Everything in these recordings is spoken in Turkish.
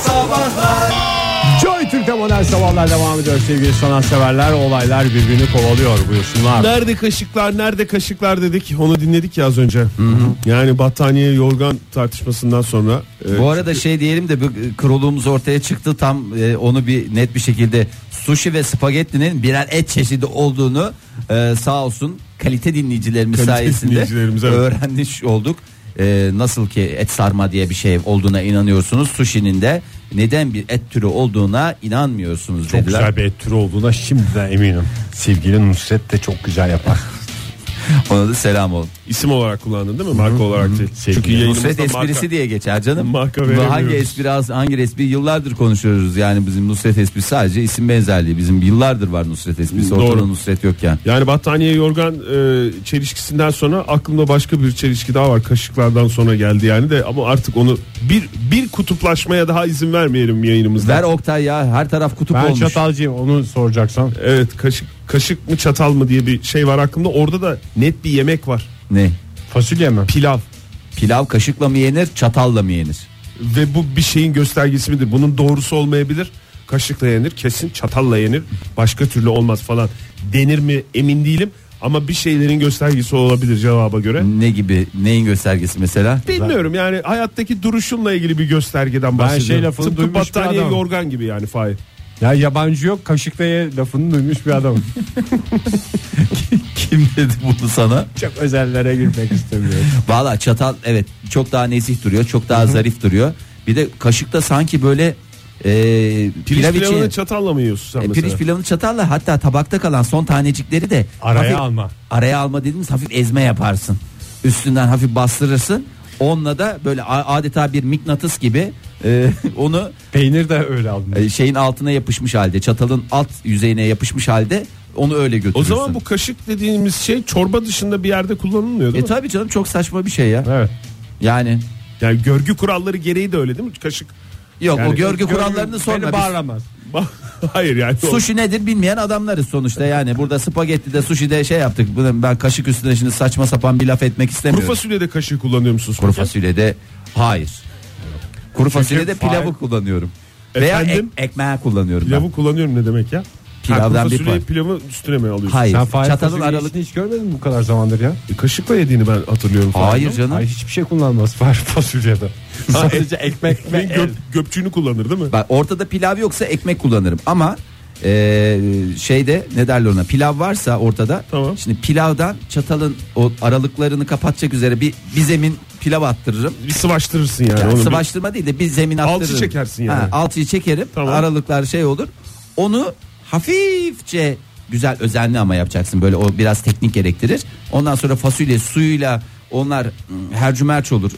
Sabahlar. Joy Türk'te modern sabahlar devam ediyor sevgili sanatseverler. Olaylar birbirini kovalıyor, buyursunlar. Nerede kaşıklar, nerede kaşıklar dedik. Onu dinledik ya az önce. Hı-hı. Yani battaniye yorgan tartışmasından sonra. Bu arada şey diyelim de kroluğumuz ortaya çıktı. Tam onu bir net bir şekilde sushi ve spagettinin birer et çeşidi olduğunu sağ olsun kalite dinleyicilerimiz sayesinde evet, öğrenmiş olduk. Nasıl ki et sarma diye bir şey olduğuna inanıyorsunuz, sushi'nin de neden bir et türü olduğuna inanmıyorsunuz çok dediler. Çok güzel bir et türü olduğuna şimdiden eminim. Sevgili Nusret de çok güzel yapar. Ona da selam olun. İsim olarak kullandın değil mi? Marka olarak değil. Çünkü Nusret esprisi marka diye geçer canım. Marka hangi espri yıllardır konuşuyoruz. Yani bizim Nusret esprisi sadece isim benzerliği. Bizim yıllardır var Nusret esprisi. Ortada Nusret yokken. Yani battaniye yorgan çelişkisinden sonra aklımda başka bir çelişki daha var. Kaşıklardan sonra geldi yani de, ama artık onu bir kutuplaşmaya daha izin vermeyelim yayınımızda. Ver Oktay ya, her taraf kutup ben olmuş. Ben çatalcıyım, onu soracaksan. Evet, kaşık mı çatal mı diye bir şey var aklımda. Orada da net bir yemek var. Ne? Fasulye mi? Pilav. Pilav kaşıkla mı yenir, çatalla mı yenir? Ve bu bir şeyin göstergesi midir? Bunun doğrusu olmayabilir. Kaşıkla yenir, kesin çatalla yenir. Başka türlü olmaz falan denir mi emin değilim. Ama bir şeylerin göstergesi olabilir cevaba göre. Ne gibi? Neyin göstergesi mesela? Bilmiyorum yani, hayattaki duruşunla ilgili bir göstergeden bahsediyorum. Ben şey lafını tıpkı duymuş battaniye yorgan gibi yani Fahir. Ya yabancı yok, kaşık ve ye lafını duymuş bir adam. Kim dedi bunu sana? Çok özellere girmek istemiyorum. Valla çatal evet çok daha nezih duruyor, çok daha zarif duruyor. Bir de kaşıkta sanki böyle pirinç pilavını çatalla mı yiyorsun sen mesela? Pirinç pilavını çatalla, hatta tabakta kalan son tanecikleri de araya alma dediğimiz hafif ezme yaparsın. Üstünden hafif bastırırsın. Onunla da böyle adeta bir mıknatıs gibi onu peynir de öyle aldım. Şeyin altına yapışmış halde, çatalın alt yüzeyine yapışmış halde onu öyle götürürsün. O zaman bu kaşık dediğimiz şey çorba dışında bir yerde kullanılmıyor değil mi? Tabii canım, çok saçma bir şey ya. Evet. Yani görgü kuralları gereği de öyle değil mi? Kaşık. Yok yani, o görgü kurallarını sonra bağıramaz. Hayır yani. Sushi nedir bilmeyen adamlarız sonuçta yani. Burada spagettide sushi'de şey yaptık. Ben kaşık üstüne şimdi saçma sapan bir laf etmek istemiyorum. Kuru fasulyede kaşığı kullanıyor musunuz? Kuru fasulyede hayır. Kuru fasulyede pilavı kullanıyorum. Veya ekmeği kullanıyorum. Pilavı kullanıyorum ne demek ya? Pilavdan bir pay. Pilavı üstüne mi alıyorsun? Hayır. Sen çatalın aralıkını hiç görmedin mi bu kadar zamandır ya? Kaşıkla yediğini ben hatırlıyorum. Hayır canım. Hayır, hiçbir şey kullanmaz fasulyede. Sadece ekmek ve göpçüğünü kullanır değil mi? Bak, ortada pilav yoksa ekmek kullanırım ama şeyde ne derler ona, pilav varsa ortada, tamam. Şimdi pilavdan çatalın o aralıklarını kapatacak üzere bir zemin pilav attırırım. Bir sıvaştırırsın yani. Sıvaştırma değil de bir zemin attırırım. Alçı çekersin yani. Alçıyı çekerim, tamam. Aralıklar şey olur. Onu hafifçe güzel özenli ama yapacaksın, böyle o biraz teknik gerektirir. Ondan sonra fasulye suyuyla onlar hercümerç olur,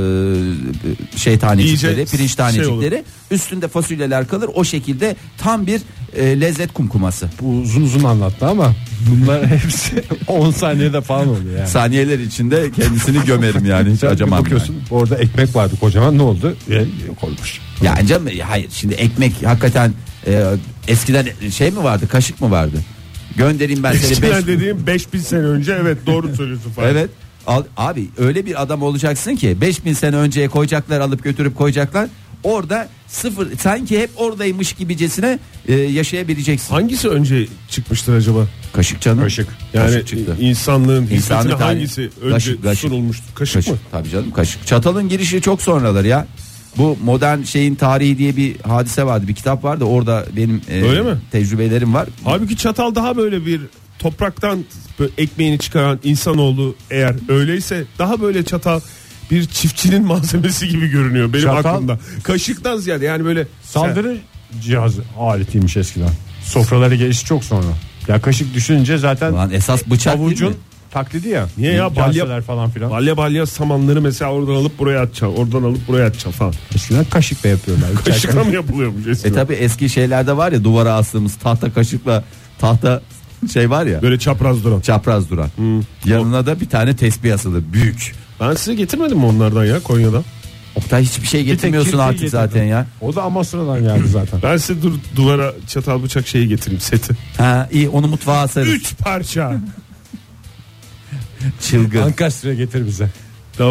şey tanecikleri, pirinç tanecikleri, üstünde fasulyeler kalır, o şekilde tam bir lezzet kumkuması. Bu uzun anlattı ama bunlar hepsi 10 saniyede falan oluyor yani. Saniyeler içinde kendisini gömerim yani, hiç acımam. Bakıyorsun yani. Orada ekmek vardı kocaman, ne oldu? Koymuş. Yani canım, hayır şimdi ekmek hakikaten eskiden şey mi vardı, kaşık mı vardı? Göndereyim ben seni. Eskiden dediğim 5000 sene önce, evet doğru söylüyorsun falan. Evet. Abi öyle bir adam olacaksın ki 5000 sene önceye koyacaklar, alıp götürüp koyacaklar. Orada sıfır, sanki hep oradaymış gibicesine yaşayabileceksin. Hangisi önce çıkmıştır acaba? Kaşık canım. Kaşık. Yani kaşık çıktı. İnsanlığın hizmetine hangisi önce kaşık sunulmuştur? Kaşık mı? Tabii canım, kaşık. Çatalın girişi çok sonraları ya. Bu modern şeyin tarihi diye bir hadise vardı, bir kitap vardı, orada benim tecrübelerim var. Halbuki çatal daha böyle bir topraktan ekmeğini çıkaran insanoğlu, eğer öyleyse daha böyle çatal bir çiftçinin malzemesi gibi görünüyor benim aklımda. Kaşıktan ziyade yani böyle saldırı cihazı aletiymiş eskiden. Sofraları gelişi çok sonra. Ya kaşık düşününce zaten ulan esas bıçak avucun taklidi ya. Niye ya, balya falan filan. Balya samanları mesela oradan alıp buraya atacaksın, oradan alıp buraya atacaksın falan. Eskiden kaşıkla yapıyorlar. Kaşıkla mı yapılıyormuş eskiden? Tabii eski şeylerde var ya, duvara astığımız tahta kaşıkla, tahta şey var ya. Böyle çapraz duran. Yanına da bir tane tesbih asılı büyük. Ben size getirmedim mi onlardan ya Konya'dan? Oktay hiçbir şey getirmiyorsun artık getirdim zaten ya. O da Amasra'dan geldi zaten. Ben size duvara çatal bıçak şeyi getireyim, seti. Ha iyi, onu mutfağa asarız. 3 parça. Çılgın. Ankastre getir bize. Tamam.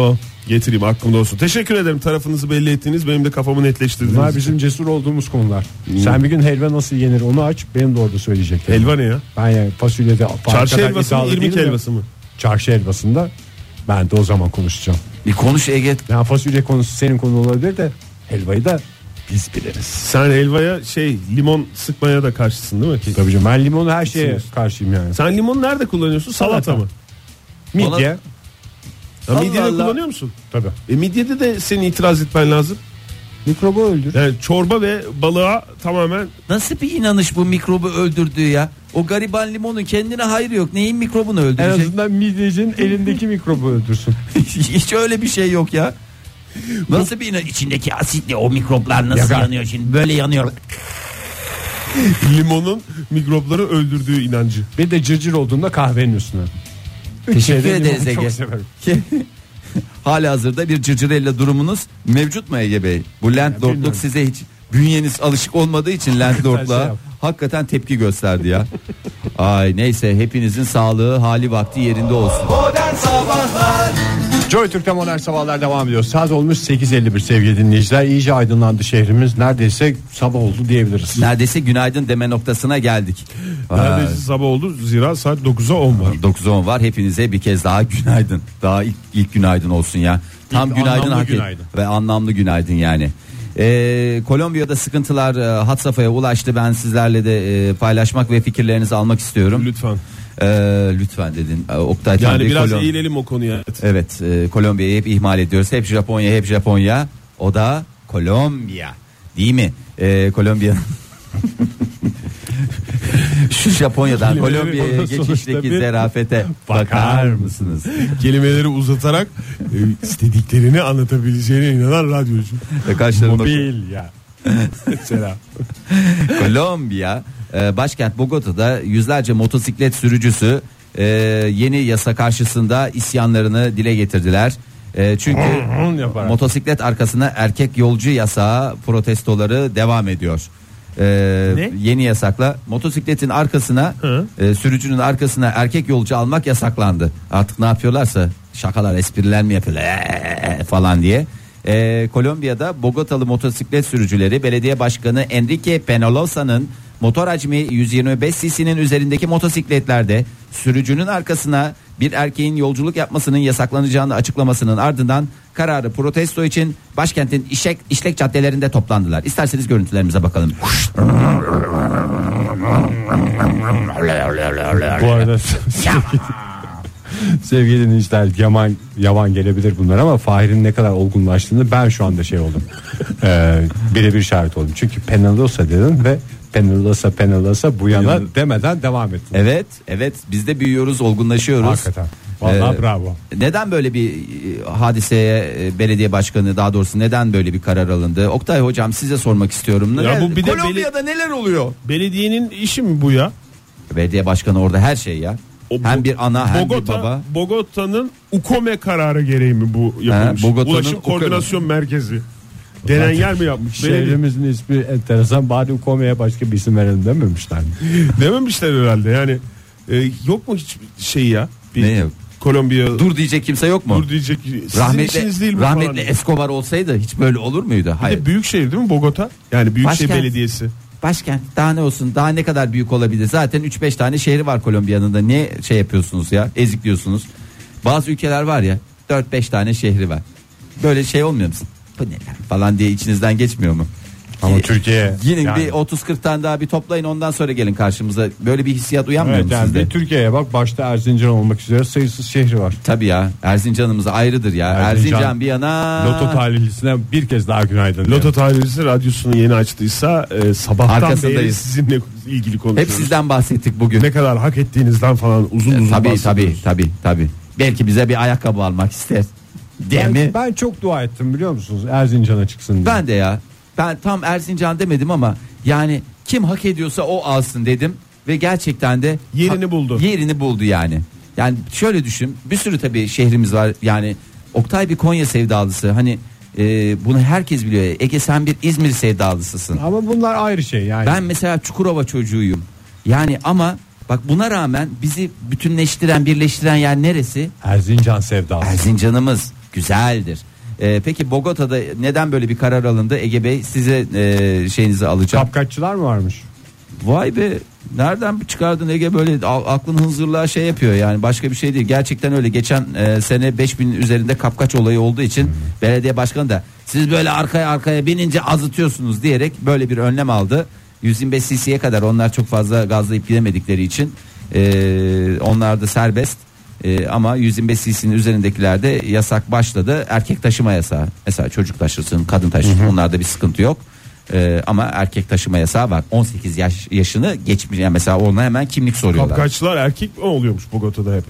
Getireyim, aklımda olsun. Teşekkür ederim, tarafınızı belli ettiğiniz, benim de kafamı netleştirdiniz. Bunlar bizim cesur olduğumuz konular. Sen bir gün helva nasıl yenir onu aç, benim de orada söyleyecek. Helva ne ya? Ben yani fasulyede Çarşı helvası mı, irmik helvası mı? Çarşı helvasında ben de o zaman konuşacağım. Bir konuş Ege. Yani fasulye konusu senin konu olabilir de helvayı da biz biliriz. Sen helvaya limon sıkmaya da karşısın değil mi? Tabii canım, ben limonu her şeye karşıyım yani. Sen limonu nerede kullanıyorsun? Salata mı? Midye. Midyede kullanıyor musun? Tabii. Midyede de senin itiraz etmen lazım. Mikrobu öldür. Yani çorba ve balığa tamamen. Nasıl bir inanış bu, mikrobu öldürdüğü ya? O gariban limonun kendine hayrı yok. Neyin mikrobunu En öldürecek? azından midyecinin elindeki mikrobu öldürsün. Hiç öyle bir şey yok ya. Nasıl bir inanış? İçindeki asitle o mikroplar nasıl yanıyor şimdi? Böyle yanıyor. Limonun mikropları öldürdüğü inancı. Bir de cırcır olduğunda kahvenin üstüne. Teşekkür ederiz Ege. Ege. Halihazırda bir cırcırella durumunuz mevcut mu Ege Bey? Bu landlordluk size hiç bünyeniz alışık olmadığı için landlordluğa hakikaten tepki gösterdi ya. Ay neyse, hepinizin sağlığı, hali vakti yerinde olsun. Modern Sabahlar. Joy Türk'te Modern Sabahlar devam ediyor. Saat olmuş 8.51 sevgili dinleyiciler. İyice aydınlandı şehrimiz. Neredeyse sabah oldu diyebiliriz. Neredeyse günaydın deme noktasına geldik. Neredeyse sabah oldu, zira saat 9'a 10 var. 9'a 10 var. Hepinize bir kez daha günaydın. Daha ilk günaydın olsun ya. Tam İlk günaydın anlamlı hak günaydın. ve anlamlı günaydın yani. Kolombiya'da sıkıntılar had safhaya ulaştı. Ben sizlerle de paylaşmak ve fikirlerinizi almak istiyorum. Lütfen. Lütfen dedin. Oktay Yani Bey, biraz eğilelim o konuya. Evet, Kolombiya'yı hep ihmal ediyoruz. Hep Japonya, hep Japonya. O da Kolombiya. Değil mi? Kolombiya. Şu Japonya'dan Kolombiya'ya geçişteki zerafete bakar mısınız? Kelimeleri uzatarak istediklerini anlatabileceğine inanan radyocu. Mobil ya. Mesela. Kolombiya başkent Bogota'da yüzlerce motosiklet sürücüsü yeni yasa karşısında isyanlarını dile getirdiler. Çünkü motosiklet arkasına erkek yolcu yasağı protestoları devam ediyor. Yeni yasakla motosikletin arkasına sürücünün arkasına erkek yolcu almak yasaklandı. Artık ne yapıyorlarsa, şakalar, espriler mi yapıyorlar falan diye. Kolombiya'da Bogotalı motosiklet sürücüleri belediye başkanı Enrique Peñalosa'nın motor hacmi 125 cc'nin üzerindeki motosikletlerde sürücünün arkasına bir erkeğin yolculuk yapmasının yasaklanacağını açıklamasının ardından kararı protesto için başkentin işlek caddelerinde toplandılar. İsterseniz görüntülerimize bakalım. Bu arada sevgili dinleyiciler, yaman gelebilir bunlar ama Fahir'in ne kadar olgunlaştığını ben şu anda oldum. Birebir şahit oldum. Çünkü Peñalosa dedim ve Peñalosa bu yana demeden devam ettim. Evet biz de büyüyoruz, olgunlaşıyoruz. Hakikaten. Vallahi bravo. Neden böyle bir hadiseye belediye başkanı, daha doğrusu neden böyle bir karar alındı? Oktay hocam, size sormak istiyorum. Ya bu bir de Kolombiya'da neler oluyor? Belediyenin işi mi bu ya? Belediye başkanı orada her şey ya. Hem bir ana hem bir baba. Bogota'nın UKOME kararı gereği mi bu yapılmış? Ulaşım Koordinasyon Merkezi denen yer mi yapmış? Şehrimizin ismi enteresan, bari UKOME'ye başka bir isim verelim dememişler mi? Dememişler herhalde yani. Yok mu hiç şey ya? Ne yok? Kolombiya. Dur diyecek kimse yok mu? Dur diyecek. Sizin işiniz değil mi rahmetli falan? Escobar olsaydı hiç böyle olur muydu? Hayır. Bir de büyükşehir değil mi Bogota? Yani büyükşehir belediyesi. Başkent, daha ne olsun, daha ne kadar büyük olabilir? Zaten 3-5 tane şehri var Kolombiya'nın da, ne şey yapıyorsunuz ya, ezikliyorsunuz. Bazı ülkeler var ya, 4-5 tane şehri var. Böyle şey olmuyor musun? Bu ne lan falan diye içinizden geçmiyor mu? Ama Türkiye yine yani. bir 30-40 tane daha bir toplayın, ondan sonra gelin karşımıza. Böyle bir hissiyat uyanmıyor mu yani sizde? Türkiye'ye bak, başta Erzincan olmak üzere sayısız şehri var. Tabii ya, Erzincan'ımız ayrıdır ya. Erzincan bir yana. Loto talihlisine bir kez daha günaydın. Loto talihlisi radyosunu yeni açtıysa sabahtan Arkasındayız. beri sizinle ilgili konuşuyoruz. Hep sizden bahsettik bugün. Ne kadar hak ettiğinizden falan uzun bahsediyoruz. Tabii. Belki bize bir ayakkabı almak ister. Değil mi? Ben çok dua ettim, biliyor musunuz, Erzincan'a çıksın diye. Ben de ya. Ben tam Erzincan demedim ama yani kim hak ediyorsa o alsın dedim ve gerçekten de yerini buldu yani. Yani şöyle düşün, bir sürü tabii şehrimiz var yani. Oktay bir Konya sevdalısı, hani bunu herkes biliyor. Ege, sen bir İzmir sevdalısısın. Ama bunlar ayrı şey yani. Ben mesela Çukurova çocuğuyum yani, ama bak buna rağmen bizi bütünleştiren, birleştiren yer neresi? Erzincan sevdalısı. Erzincan'ımız. güzeldir. Peki Bogota'da neden böyle bir karar alındı? Ege Bey size şeyinizi alacağım. Kapkaççılar mı varmış? Vay be, nereden çıkardın Ege, böyle aklın hınzırlığa şey yapıyor yani, başka bir şey değil. Gerçekten öyle, geçen sene 5000 üzerinde kapkaç olayı olduğu için belediye başkanı da siz böyle arkaya binince azıtıyorsunuz diyerek böyle bir önlem aldı. 125 cc'ye kadar, onlar çok fazla gazlayıp gidemedikleri için onlar da serbest. Ama 125 cc'nin üzerindekilerde yasak başladı. Erkek taşıma yasağı. Mesela çocuk taşırsın, kadın taşırsın, onlarda bir sıkıntı yok. Ama erkek taşıma yasağı var. 18 yaşını geçmiş yani, mesela ona hemen kimlik soruyorlar. Kapkaççılar erkek mi oluyormuş Bogota'da hep?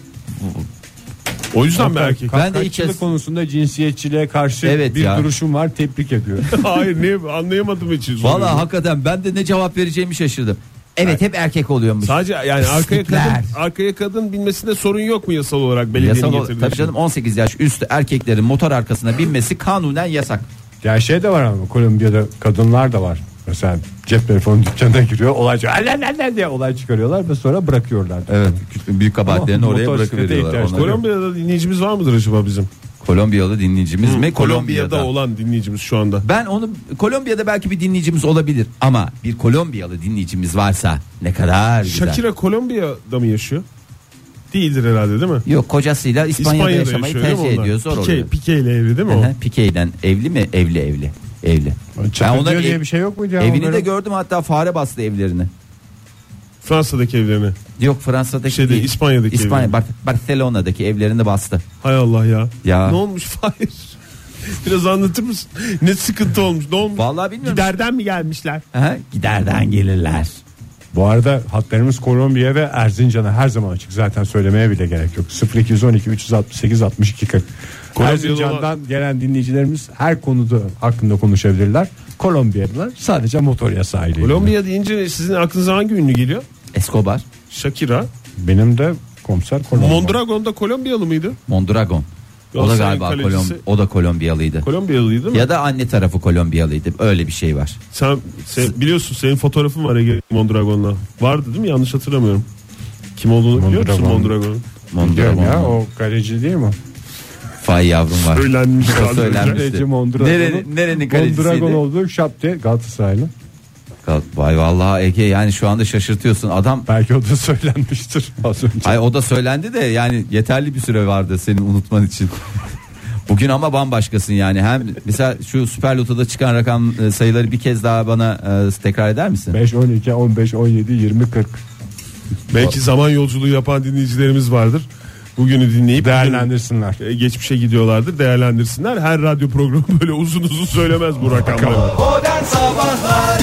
O yüzden mi erkek? Ben de ilk kez konusunda cinsiyetçiliğe karşı bir duruşum var, tebrik ediyorum. Hayır, niye anlayamadım hiç. Vallahi hakikaten ben de ne cevap vereceğimi şaşırdım. Evet, hep erkek oluyormuş. Sadece yani arkaya kadın binmesinde sorun yok mu yasal olarak belediyenin getirdiği? Tabii canım, 18 yaş üstü erkeklerin motor arkasına binmesi kanunen yasak. Ya şey de var ama Kolombiya'da kadınlar da var. Mesela cep telefonu dükkanına giriyor, olay diye olay çıkarıyorlar ve sonra bırakıyorlar. Evet, büyük kabahatlerini oraya bırakıveriyorlar. Kolombiya'da dinleyicimiz var mıdır acaba bizim? Kolombiyalı dinleyicimiz mi? Kolombiya'da olan dinleyicimiz şu anda. Ben onu, Kolombiya'da belki bir dinleyicimiz olabilir ama bir Kolombiyalı dinleyicimiz varsa ne kadar güzel. Shakira Kolombiya'da mı yaşıyor? Değildir herhalde, değil mi? Yok, kocasıyla İspanya'da yaşamayı tercih ediyor. Zor oluyor. Pique ile evli değil mi o? Pique'den evli mi? Evli. Ben ona diye bir şey yok mu ya? Evini onların? de gördüm, hatta fare bastı evlerini. Fransa'daki evlerini. Yok, Fransa'daki değil. İspanya'daki evlerini. Barcelona'daki evlerini bastı. Hay Allah ya. Ne olmuş Fahir? Biraz anlatır mısın? Ne sıkıntı olmuş? Ne olmuş? Vallahi bilmiyorum. Giderden mi gelmişler? Giderden gelirler. Bu arada hatlarımız Kolombiya ve Erzincan'a her zaman açık. Zaten söylemeye bile gerek yok. 0212 368 62 40. Erzincan'dan gelen dinleyicilerimiz her konuda hakkında konuşabilirler. Kolombiyalılar sadece motor yasağıyla. Kolombiya deyince sizin aklınıza hangi ünlü geliyor? Escobar. Shakira. Benim de komiser Kolombiya. Mondragon da Kolombiyalı mıydı? Mondragon. O da galiba Kolombiyalıydı. Kolombiyalıydı mı? Ya da anne tarafı Kolombiyalıydı. Öyle bir şey var. Sen biliyorsun, senin fotoğrafın var Ege Mondragon'la. Vardı değil mi? Yanlış hatırlamıyorum. Kim olduğunu biliyor musun Mondragon'un? Mondragon ya, o kaleci değil mi? Fay yavrum var. Söylenmişti. Nerenin kalecisiydi? Mondragon olduğu şap diye Galatasaraylı. Vay vallahi Ege, yani şu anda şaşırtıyorsun adam. Belki o da söylenmiştir az önce. Ay, o da söylendi de yani yeterli bir süre vardı senin unutman için. Bugün ama bambaşkasın yani. Hem mesela şu Süper Loto'da çıkan rakam sayıları bir kez daha bana tekrar eder misin? 5, 12, 15, 17, 20, 40. Belki zaman yolculuğu yapan dinleyicilerimiz vardır. Bugünü dinleyip değerlendirsinler. Geçmişe gidiyorlardır, değerlendirsinler. Her radyo programı böyle uzun söylemez bu rakamları. Modern Sabahlar.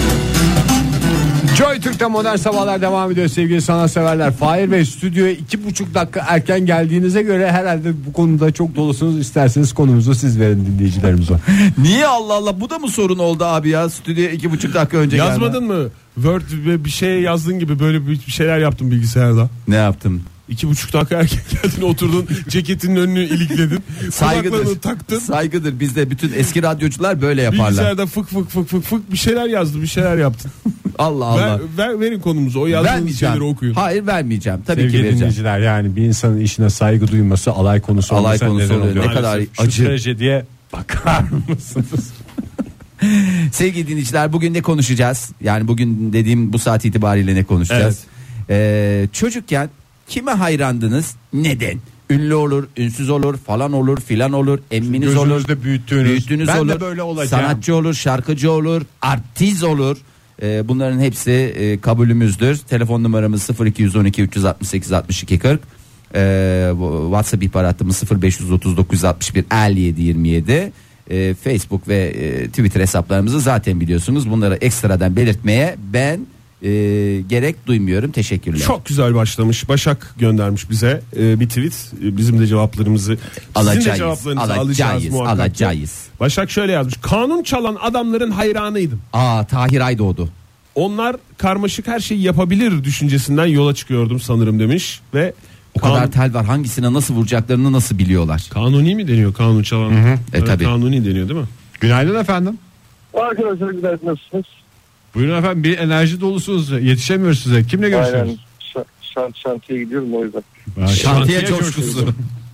Joy Türk'te Modern Sabahlar devam ediyor sevgili sanatseverler. Fahir Bey, stüdyoya 2,5 dakika erken geldiğinize göre herhalde bu konuda çok dolusunuz. İsterseniz konumuzu siz verin dinleyicilerimize. Niye Allah Allah, bu da mı sorun oldu abi ya, stüdyoya 2,5 dakika önce yazmadın mı? Word ve bir şey yazdığın gibi böyle bir şeyler yaptım bilgisayarda. Ne yaptım? 2,5 dakika erken geldin, oturdun, ceketinin önünü ilikledin, kulaklarını taktın. Saygıdır, bizde bütün eski radyocular böyle yaparlar. Bilgisayarda fık bir şeyler yazdı, bir şeyler yaptın. Allah Allah. Verin konumuzu, o yazdığınız şeyleri okuyun. Hayır, vermeyeceğim. Tabii sevgili ki vereceğim. dinleyiciler, yani bir insanın işine saygı duyması alay konusu olmasa neden oluyor? Ne kadar acı. Şu trajediye bakar mısınız? Sevgili dinleyiciler, bugün ne konuşacağız? Yani bugün dediğim bu saat itibariyle ne konuşacağız? Evet. Çocukken kime hayrandınız? Neden? Ünlü olur, ünsüz olur, falan olur, filan olur, emminiz olur, büyüttüğünüz ben olur, de böyle olacağım. sanatçı olur, şarkıcı olur, artiz olur. Bunların hepsi kabulümüzdür. Telefon numaramız 0212 368 62 40. WhatsApp ihbar hattımız 0539 61 57 27. Facebook ve Twitter hesaplarımızı zaten biliyorsunuz. Bunları ekstradan belirtmeye ben gerek duymuyorum. Teşekkürler. Çok güzel başlamış. Başak göndermiş bize bir tweet. Bizim de cevaplarımızı, sizin de cevaplarınızı alacağız muhakkak. Alacağız. Başak şöyle yazmış: kanun çalan adamların hayranıydım. Tahir Aydoğdu. Onlar karmaşık her şeyi yapabilir düşüncesinden yola çıkıyordum sanırım demiş ve o kadar tel var, hangisine nasıl vuracaklarını nasıl biliyorlar? Kanuni mi deniyor kanun çalan? Tabii. Kanuni deniyor değil mi? Günaydın efendim. Arkadaşlar günaydın, nasılsınız? Buyurun efendim, bir enerji dolusunuz, yetişemiyoruz size. Kimle görüşüyoruz? Aynen, şantiye gidiyorum o yüzden. Şantiye coşkusu.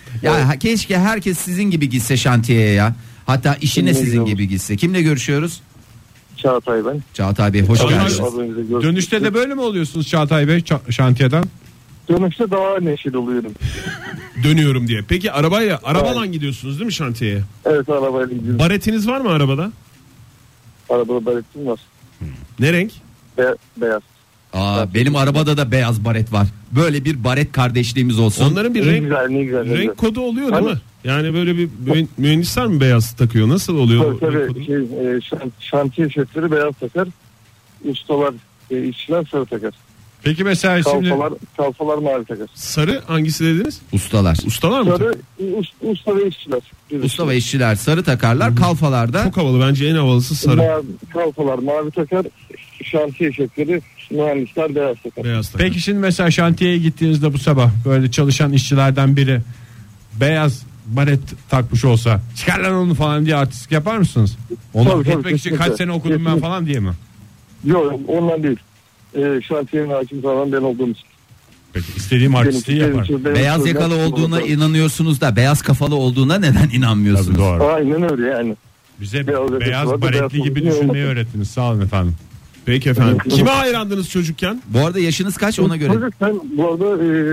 Ya keşke herkes sizin gibi gitse şantiyeye ya. Hatta işine sizin gibi gitse. Kimle görüşüyoruz? Çağatay ben. Çağatay Bey hoş geldiniz. Az önce gördüm. Dönüşte de böyle mi oluyorsunuz Çağatay Bey şantiyeden? Dönüşte daha neşeli oluyorum. Dönüyorum diye. Peki arabadan gidiyorsunuz değil mi şantiyeye? Evet, arabayla gidiyorum. Baretiniz var mı arabada? Arabada baretim var. Ne renk? Beyaz. Benim arabada da beyaz baret var. Böyle bir baret kardeşliğimiz olsun. Onların bir Ne güzel. renk kodu oluyor değil mi? Yani böyle bir mühendisler mi beyaz takıyor? Nasıl oluyor? Tabii şantiye şefleri beyaz takar. Ustalar, işçiler sarı takar. Peki mesela şimdi Kalfalar mavi takar. Sarı hangisi dediniz? Ustalar. Ustalar mı? Sarı usta ve işçiler. Usta ve işçiler sarı takarlar. Kalfalarda Çok havalı, bence en havalısı sarı. Kalfalar mavi takar. Şantiye şefleri, mühendisler beyaz takar. Beyaz takar. peki şimdi mesela şantiyeye gittiğinizde bu sabah böyle çalışan işçilerden biri beyaz baret takmış olsa çıkar lan onu falan diye artistik yapar mısınız? Onu Tabii, etmek için kaç kesinlikle. sene okudum ben falan diye mi? Yok, ondan değil. Şantiyenin hakim falan ben olduğum için. Peki istediğim artistliği yapar. beyaz yakalı olduğuna inanıyorsunuz da beyaz kafalı olduğuna neden inanmıyorsunuz? Tabii doğru. Aynen öyle yani. Bize Beyaz beyaz yakalı, baretli beyaz gibi olsun. düşünmeyi öğrettiniz. Sağ olun efendim. Peki efendim. Kime hayrandınız çocukken? Bu arada yaşınız kaç ona göre? Çocuk, ben bu arada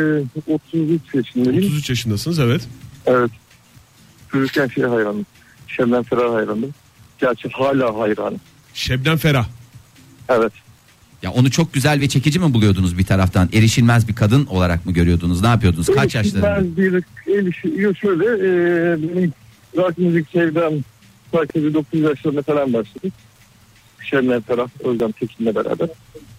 33 yaşındayım. 33 yaşındasınız, evet. Evet. Çocukken hayranım. Şebnem Ferah hayranım. Gerçi hala hayranım. Şebnem Ferah. Evet. Ya onu çok güzel ve çekici mi buluyordunuz bir taraftan? Erişilmez bir kadın olarak mı görüyordunuz? Ne yapıyordunuz? Kaç yaşlarında? Ben şöyle benim rock müzik sevdam belki 9 yaşlarında falan başladık. Şebnem Ferah, Özlem Tekin'le beraber.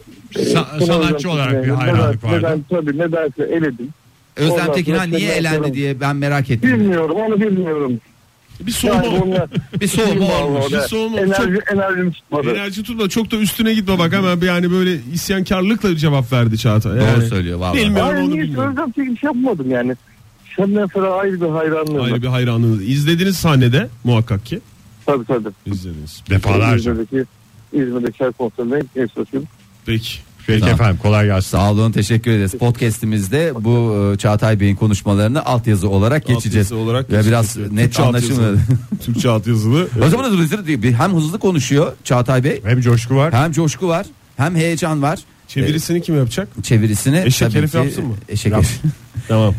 Sanatçı olarak bir hayranlık vardı. Nedense eledim. Özlem Tekin sonra niye Şebnem elendi Ferah. diye ben merak ettim. Bilmiyorum, onu bilmiyorum. Bir soğuma. Bir soğuma olmuş. Bir soğuma olmuş. Enerjim tutmadı. Enerji tutma, çok da üstüne gitme bak, hemen yani böyle isyankarlıkla cevap verdi Çağatay. Yani, Doğru söylüyor vallahi. Bilmiyorum, Hayır, onu niye bilmiyorum. Özlem Tekin yapmadım yani. Şebnem Ferah ayrı bir hayranlığım. Ayrı bir hayranlığınız. İzlediniz sahnede muhakkak ki. Tabii. İzlediniz. Defalarca. İzmir'deki her konserine geçiyorum. Peki. Peki Tamam. efendim, kolay gelsin. Sağ olun, teşekkür ederiz. Podcast'imizde bu Çağatay Bey'in konuşmalarını altyazı olarak geçeceğiz. olarak Ve biraz geçeceğiz. net Türkçe anlaşılmadı. Türkçe altyazılı. O zaman hem hızlı konuşuyor Çağatay Bey, Hem coşku var. hem coşku var, hem heyecan var. Çevirisini kim yapacak? Çevirisini Eşek tabii herif ki- yapsın mı? Eşek Yap. herif. Tamam.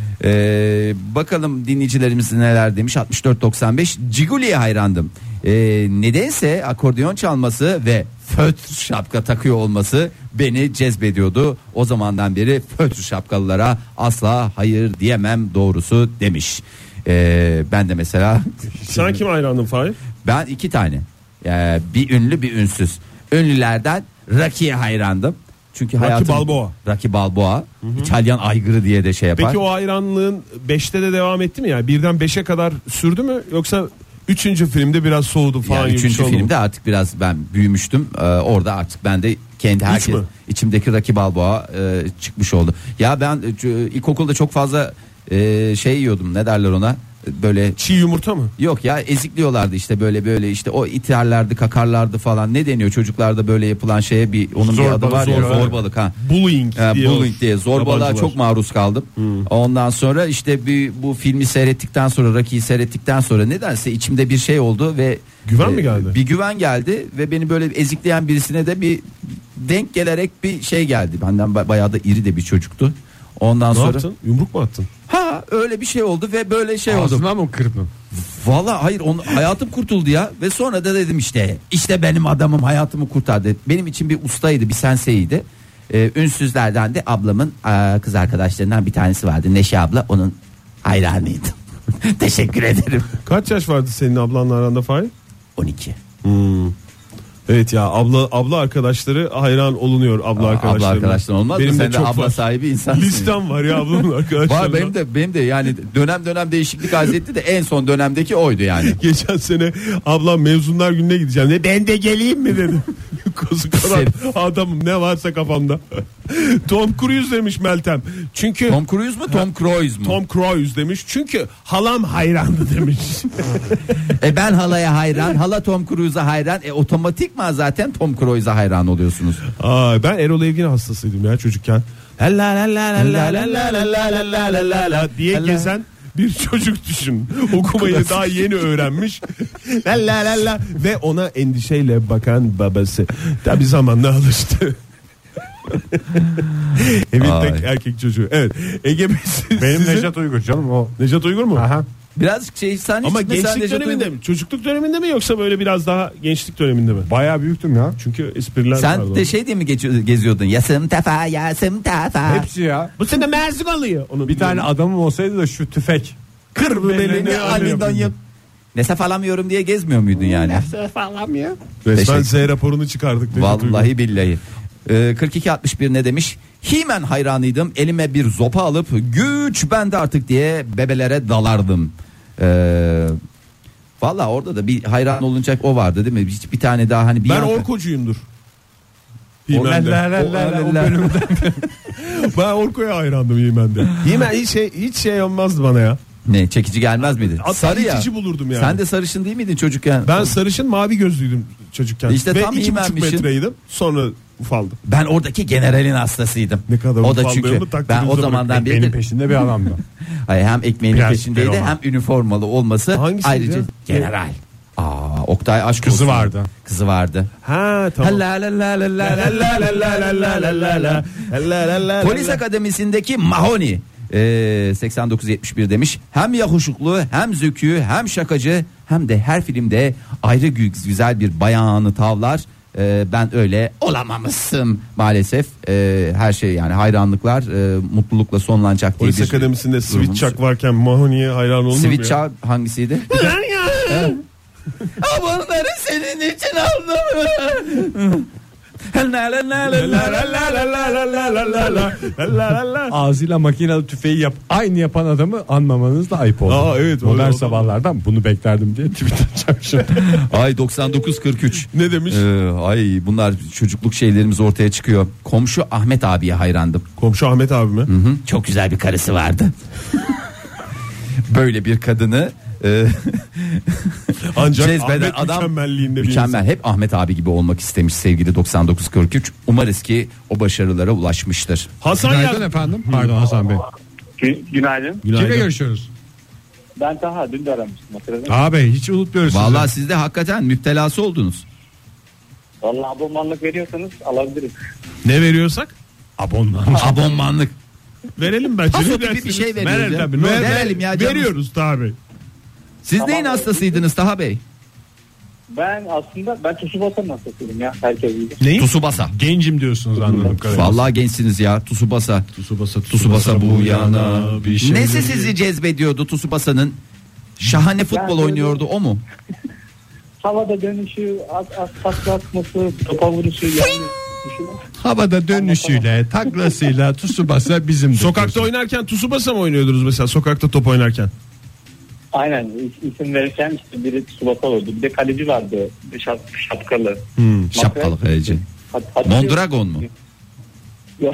Bakalım dinleyicilerimiz neler demiş. 6495 Ciguli'ye hayrandım. Nedense akordeon çalması ve fötr şapka takıyor olması beni cezbediyordu. O zamandan beri fötr şapkalılara asla hayır diyemem doğrusu demiş. Ben de mesela Sen kim hayranın Fahir? ben 2 tane, bir ünlü bir ünsüz. Ünlülerden Rocky'ye hayrandım. Çünkü Rocky Balboa. İtalyan aygırı diye de şey yapar. Peki o hayranlığın 5'te de devam etti mi? Yani birden 5'e kadar sürdü mü? Yoksa 3. filmde biraz soğudu falan Yani gibi bir 3. şey oldu mu? filmde artık biraz ben büyümüştüm. Orada artık ben de kendi herkes mü? içimdeki Rocky Balboa çıkmış oldu. Ya ben ilkokulda çok fazla şey yiyordum. Ne derler ona? Böyle Çiğ yumurta mı? yok ya, ezikliyorlardı işte böyle işte o iterlerdi, kakarlardı falan. Ne deniyor çocuklarda böyle yapılan şeye, bir onun bir adı var ya, zorbalık ha. Bullying diye. Bullying diye zorbalığa Yabancılar. çok maruz kaldım. Ondan sonra işte bu filmi seyrettikten sonra, Rocky'yi seyrettikten sonra nedense içimde bir şey oldu ve Güven mi geldi? Bir güven geldi ve beni böyle ezikleyen birisine de bir denk gelerek bir şey geldi. Benden bayağı da iri de bir çocuktu. Ondan Ne sonra yaptın? Yumruk mu attın? öyle bir şey oldu ve böyle şey oldu. Ağzına mı kırdın? Valla hayır, hayatım kurtuldu ya. Ve sonra da dedim işte benim adamım hayatımı kurtardı. Benim için bir ustaydı, bir senseydi. Ünsüzlerden de ablamın kız arkadaşlarından bir tanesi vardı, Neşe abla, onun hayranıydım. Teşekkür ederim. Kaç yaş vardı senin ablanla aranda Fahir? 12. Evet ya, abla arkadaşları hayran olunuyor abla arkadaşlarına. Abla arkadaşlar olmaz mı? Sen de abla var. sahibi insansın. Listem var ya ablamın arkadaşlarına. Var benim de yani dönem değişiklik arz etti de en son dönemdeki oydu yani. Geçen sene ablam mezunlar gününe gideceğim de ben de geleyim mi dedim. Kozu kadar adamım, ne varsa kafamda. Tom Cruise demiş Meltem. Çünkü Tom Cruise mu Tom Cruise mu? Tom Cruise demiş. Çünkü halam hayrandı demiş. Ben halaya hayran, hala Tom Cruise'a hayran. Otomatikman zaten Tom Cruise'a hayran oluyorsunuz. Ben Erol Evgin hastasıydım ya çocukken. La la la la la la la la la la la la la diye gezen bir çocuk düşün. Okumayı daha yeni öğrenmiş. La la la la ve ona endişeyle bakan babası. Tabii zamanla alıştı. Evin tek erkek çocuğu. Evet. Ege Bey Benim Nejat Uygur canım o. Nejat Uygur mu? Aha. Birazcık sahne Ama çıkma, sen gençlik Nejat döneminde Uygur. mi? Çocukluk döneminde mi yoksa böyle biraz daha gençlik döneminde mi? Bayağı büyüktüm ya. Çünkü espriler Sen vardı. de şey diye mi geziyordun? Yasım tefa yasım tefa. Hepsi ya. Bu sene merzik alıyor. Onun Bir tane adamım olsaydı da şu tüfek. kır belini Aniden yap. Nefes alamıyorum diye gezmiyor muydun yani? Resmen Z raporunu çıkardık. Nejat Uygur. Vallahi billahi. 42-61 ne demiş? He-Man hayranıydım. Elime bir zopa alıp güç bende artık diye bebelere dalardım. Vallahi orada da bir hayran olunacak o vardı değil mi? Hiç bir tane daha hani bir Ben Orkocuyumdur. Ben Orko'ya hayrandım He-Man'de. He-Man hiç şey olmazdı bana ya. Ne çekici gelmez miydi? Hatta Sarı ya. itici bulurdum yani. Sen de sarışın değil miydin çocukken? Ben sarışın mavi gözlüydüm çocukken. İşte ve tam 2,5 He-Man'mişsin. metreydim. Sonra ufaldım. Ben oradaki generalin hastasıydım. Ne kadar o da çünkü ufaldığımı takdirinize ben o bırakın. zamandan Benim beri peşinde bir adamdı. hayır, hem ekmeğinin Biraz peşindeydi fenomen. hem üniformalı olması Hangisiydi ayrıca ya? general. Oktay aşk Kızı olsun. vardı. Kızı vardı. Ha tamam. La la la la la la la. Polis Akademisi'ndeki Mahoney 89-71 demiş. Hem yakışıklı hem zükü hem şakacı hem de her filmde ayrı güzel bir bayanı tavlar. Ben öyle olamamışsın maalesef. Her şey yani hayranlıklar mutlulukla sonlanacak diye Polis Akademisi'nde Switchak varken Mahoney'e hayran olmuyor mu ya? Switchak hangisiydi? Bunları senin için aldım. Ağzıyla makinalı tüfeği aynı yapan adamı anmamanız da ayıp oldu. Aa, evet, Modern öyle sabahlardan bunu beklerdim diye tweet atacağım şimdi. Ay 99-43. Ne demiş? Ay bunlar çocukluk şeylerimiz ortaya çıkıyor. Komşu Ahmet abiye hayrandım. Komşu Ahmet abi mi? Hı hı, çok güzel bir karısı vardı. Böyle bir kadını Ancak cezbeden Ahmet adam mükemmelliğinde bir mükemmel. Hep Ahmet abi gibi olmak istemiş sevgili 99-43. Umarız ki o başarılara ulaşmıştır. Hasan Günaydın ya. efendim. Pardon Hasan Bey. Günaydın. Kimle görüşüyoruz? Ben Taha dün de aramıştım hatırladın mı? Abi hiç unutmuyoruz sizi. Vallahi siz de hakikaten müptelası oldunuz. Vallahi abonmanlık veriyorsanız alabiliriz. Ne veriyorsak? Abonmanlık. Verelim bence. Paso Ne tipi bir dersiniz? şey veriyoruz Verelim ya. tabii. Verelim ya canım. Veriyoruz tabii. Siz Tamam. neyin hastasıydınız Taha Bey? Ben Tsubasa'nın hastasıydım ya herkes gibi. Neyi? Tsubasa. Gencim diyorsunuz anladığım kadarıyla. Vallahi gençsiniz ya Tsubasa. Tsubasa bu yana bir şey. Nesi sizi cezbediyordu Tsubasa'nın? Şahane futbol böyle- oynuyordu o mu? Havada dönüşü, takla atması, topa vuruşu yani. düşünün. Havada dönüşüyle, taklasıyla Tsubasa bizim. Sokakta oynarken Tsubasa mı oynuyordunuz mesela sokakta top oynarken? Aynen isim verirken işte biri Tsubasa oldu. Bir de kaleci vardı şapkalı. Şapkalı kaleci. Mondragon mu? Yok.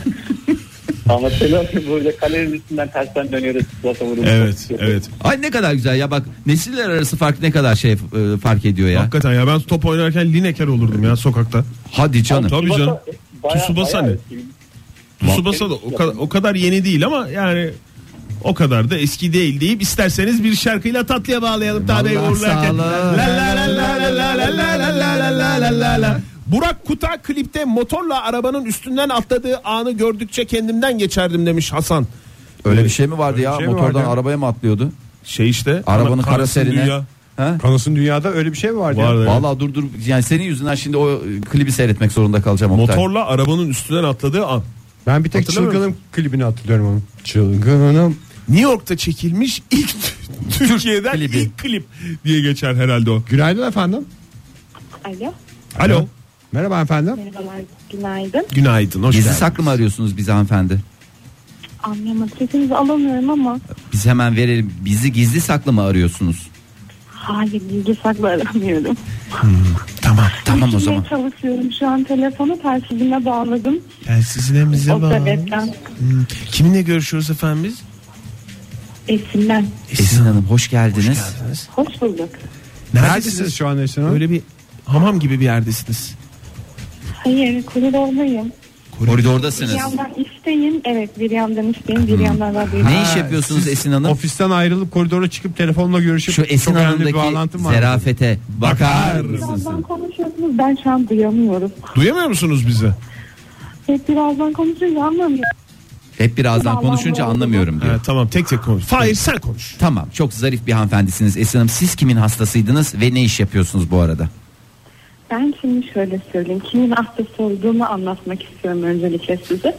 Ama böyle kalenin üstünden tersten dönüyoruz. Tsubasa vuruyor. Evet. Ay ne kadar güzel ya, bak nesiller arası fark ne kadar fark ediyor ya. Hakikaten ya ben top oynarken Lineker olurdum ya sokakta. Hadi canım. Tabii canım. Tsubasa ne? Tsubasa da o kadar yeni değil ama yani o kadar da eski değil deyip isterseniz bir şarkıyla tatlıya bağlayalım tabii Vallahi uğurlarken. sağ olun. La la la la la la la la la la la la la. Burak Kuta klipte motorla arabanın üstünden atladığı anı gördükçe kendimden geçerdim demiş Hasan. Öyle bir şey mi vardı ya? bir şey mi Motordan vardı ya? arabaya mı atlıyordu? Şey işte. Arabanın Karasın karoserine. dünya. Ha? Kanasın dünyada öyle bir şey mi vardı? Vardı. Ya? Vallahi dur yani senin yüzünden şimdi o klibi seyretmek zorunda kalacağım Oktay. Motorla arabanın üstünden atladığı an. Ben bir tek Hatırlamıyor Çılgınım klibini hatırlıyorum onu. Çılgınım. New York'ta çekilmiş ilk Türkiye'den klibi. ilk klip diye geçer herhalde o. Günaydın efendim. Alo. Alo. Merhaba efendim. Merhabalar. Günaydın. Günaydın. Hoş Gizli geldin. saklı mı arıyorsunuz bizi hanımefendi? Anlayamadım. Sesinizi alamıyorum ama. Biz hemen verelim. Bizi gizli saklı mı arıyorsunuz? Hayır, gizli saklı aramıyorum. Tamam o Düşünmeye zaman. çalışıyorum. Şu an telefonu telsizime bağladım. Telsizlerimize O bak. sebepten. Kiminle görüşüyoruz efendim biz? Esin'den. Esin Hanım hoş geldiniz. Hoş bulduk. Neredesiniz şu an Esin Hanım? Öyle bir hamam gibi bir yerdesiniz. Hayır, koridordayım. Koridordasınız. Bir yandan isteyin, evet bir yandan isteyin, bir yandan radyoyu. Ne iş yapıyorsunuz Esin Hanım? Ofisten ayrılıp koridora çıkıp telefonla görüşüp Şu Esin çok önemli bir Hanım'daki bağlantım var. zerafete bakar mısınız? Birazdan konuşuyorsunuz, ben şu an duyamıyorum. Duyamıyor musunuz bizi? Hep birazdan konuşunca anlamıyorum. Hep birazdan konuşunca anlamıyorum diyor. Evet, tamam tek tek konuş. Fahir sen konuş. Tamam, çok zarif bir hanımefendisiniz Esin Hanım. Siz kimin hastasıydınız ve ne iş yapıyorsunuz bu arada? Ben şimdi şöyle söyleyeyim. Kimin hastası olduğumu anlatmak istiyorum öncelikle size.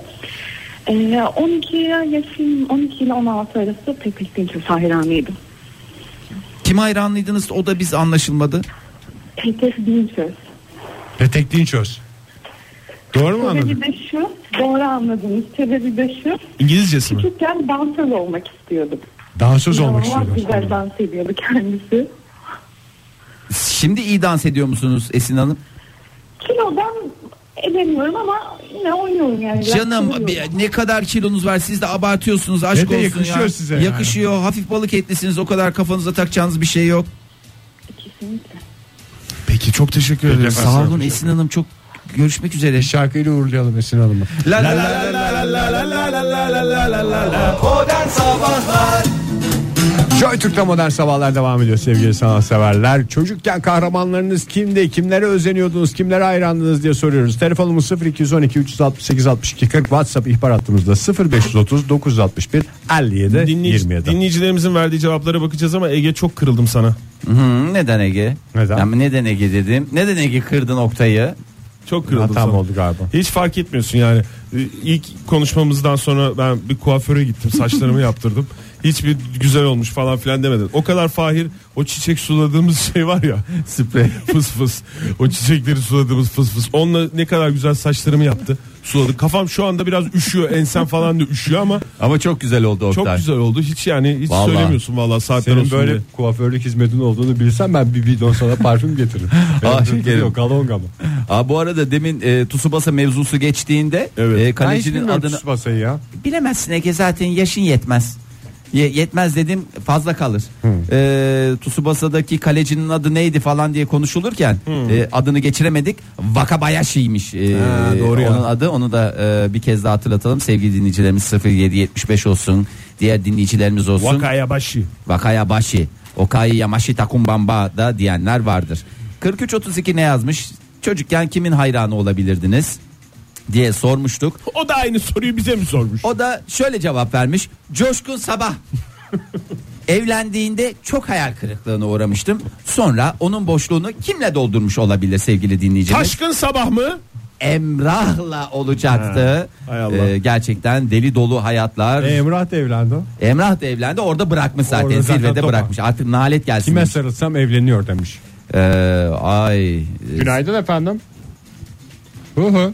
12 yaşım, 12 ile 16 arası Pepe Dinçöz hayranıydım. Kim hayranlıydınız? O da biz anlaşılmadı. Pepe Dinçöz. Petek Dinçöz. Doğru mu anladın? Sebebi de şu, doğru anladınız. Sebebi de şu. İngilizcesi mi? Küçükken dansöz olmak istiyordum. Dansöz olmak İnanılmaz istiyordum. güzel dans ediyordu kendisi. Şimdi iyi dans ediyor musunuz Esin Hanım? Kilodan edemiyorum ama yine oynuyorum yani. Biraz Canım seviyorum. ne kadar kilonuz var, siz de abartıyorsunuz, aşk Ve de olsun yakışıyor ya. size yani. Yakışıyor, hafif balık etlisiniz, o kadar kafanıza takacağınız bir şey yok. Kesinlikle. Peki çok teşekkür ederim. Sağ olun Esin Hanım, çok görüşmek üzere. Şarkıyla uğurlayalım Esin Hanım'ı. La la la la la la la la la la. Modern Sabahlar. Joy Türk'te modern sabahlar devam ediyor sevgili sanatseverler. Çocukken kahramanlarınız kimdi? Kimlere özeniyordunuz? Kimlere hayranlığınız diye soruyoruz. Telefonumuz 0212 368 62 40, WhatsApp ihbar hattımızda 0530 961 57 27. Dinleyicilerimizin verdiği cevaplara bakacağız ama Ege çok kırıldım sana. Neden Ege? Neden? Yani neden Ege dedim? Neden Ege kırdı noktayı? Çok kırıldım Hatam sana. oldu galiba. Hiç fark etmiyorsun yani. İlk konuşmamızdan sonra ben bir kuaföre gittim, saçlarımı yaptırdım. Hiçbir güzel olmuş falan filan demedin. O kadar Fahir, o çiçek suladığımız şey var ya, sprey fıs fıs, o çiçekleri suladığımız fıs fıs, onunla ne kadar güzel saçlarımı yaptı, suladı. Kafam şu anda biraz üşüyor, ensem falan da üşüyor ama çok güzel oldu Oktay. çok güzel oldu. Hiç yani hiç Vallahi. söylemiyorsun vallahi, saatler Senin olsun böyle diye. kuaförlük hizmetin olduğunu bilsem ben bir bidon sana parfüm getiririm. şekerim. Yok galonga mı? Bu arada demin Tsubasa mevzusu geçtiğinde Evet. Ben hiç kalecinin bilmiyorum adını Tsubasa'yı ya. bilemezsin Ege, zaten yaşın yetmez. Yetmez dedim, fazla kalır. Tsubasa'daki kalecinin adı neydi falan diye konuşulurken adını geçiremedik. Wakabayashi'ymiş doğru ya. onun adı. Onu da bir kez daha hatırlatalım. Sevgili dinleyicilerimiz 0775 olsun. Diğer dinleyicilerimiz olsun. Wakayabashi. Okai Yamashi Takumbamba da diyenler vardır. 4332 ne yazmış? Çocukken kimin hayranı olabilirdiniz diye sormuştuk. O da aynı soruyu bize mi sormuş? O da şöyle cevap vermiş. Coşkun Sabah. Evlendiğinde çok hayal kırıklığına uğramıştım. Sonra onun boşluğunu kimle doldurmuş olabilir sevgili dinleyiciler? Taşkın Sabah mı? Emrah'la olacaktı. hay Allah. Gerçekten deli dolu hayatlar. Emrah da evlendi o. Emrah da evlendi. Orada bırakmış zaten. Orada zaten Zirvede topa. bırakmış. Artık nalet gelsin. Kime sarılsam evleniyor demiş. Günaydın efendim. Alo.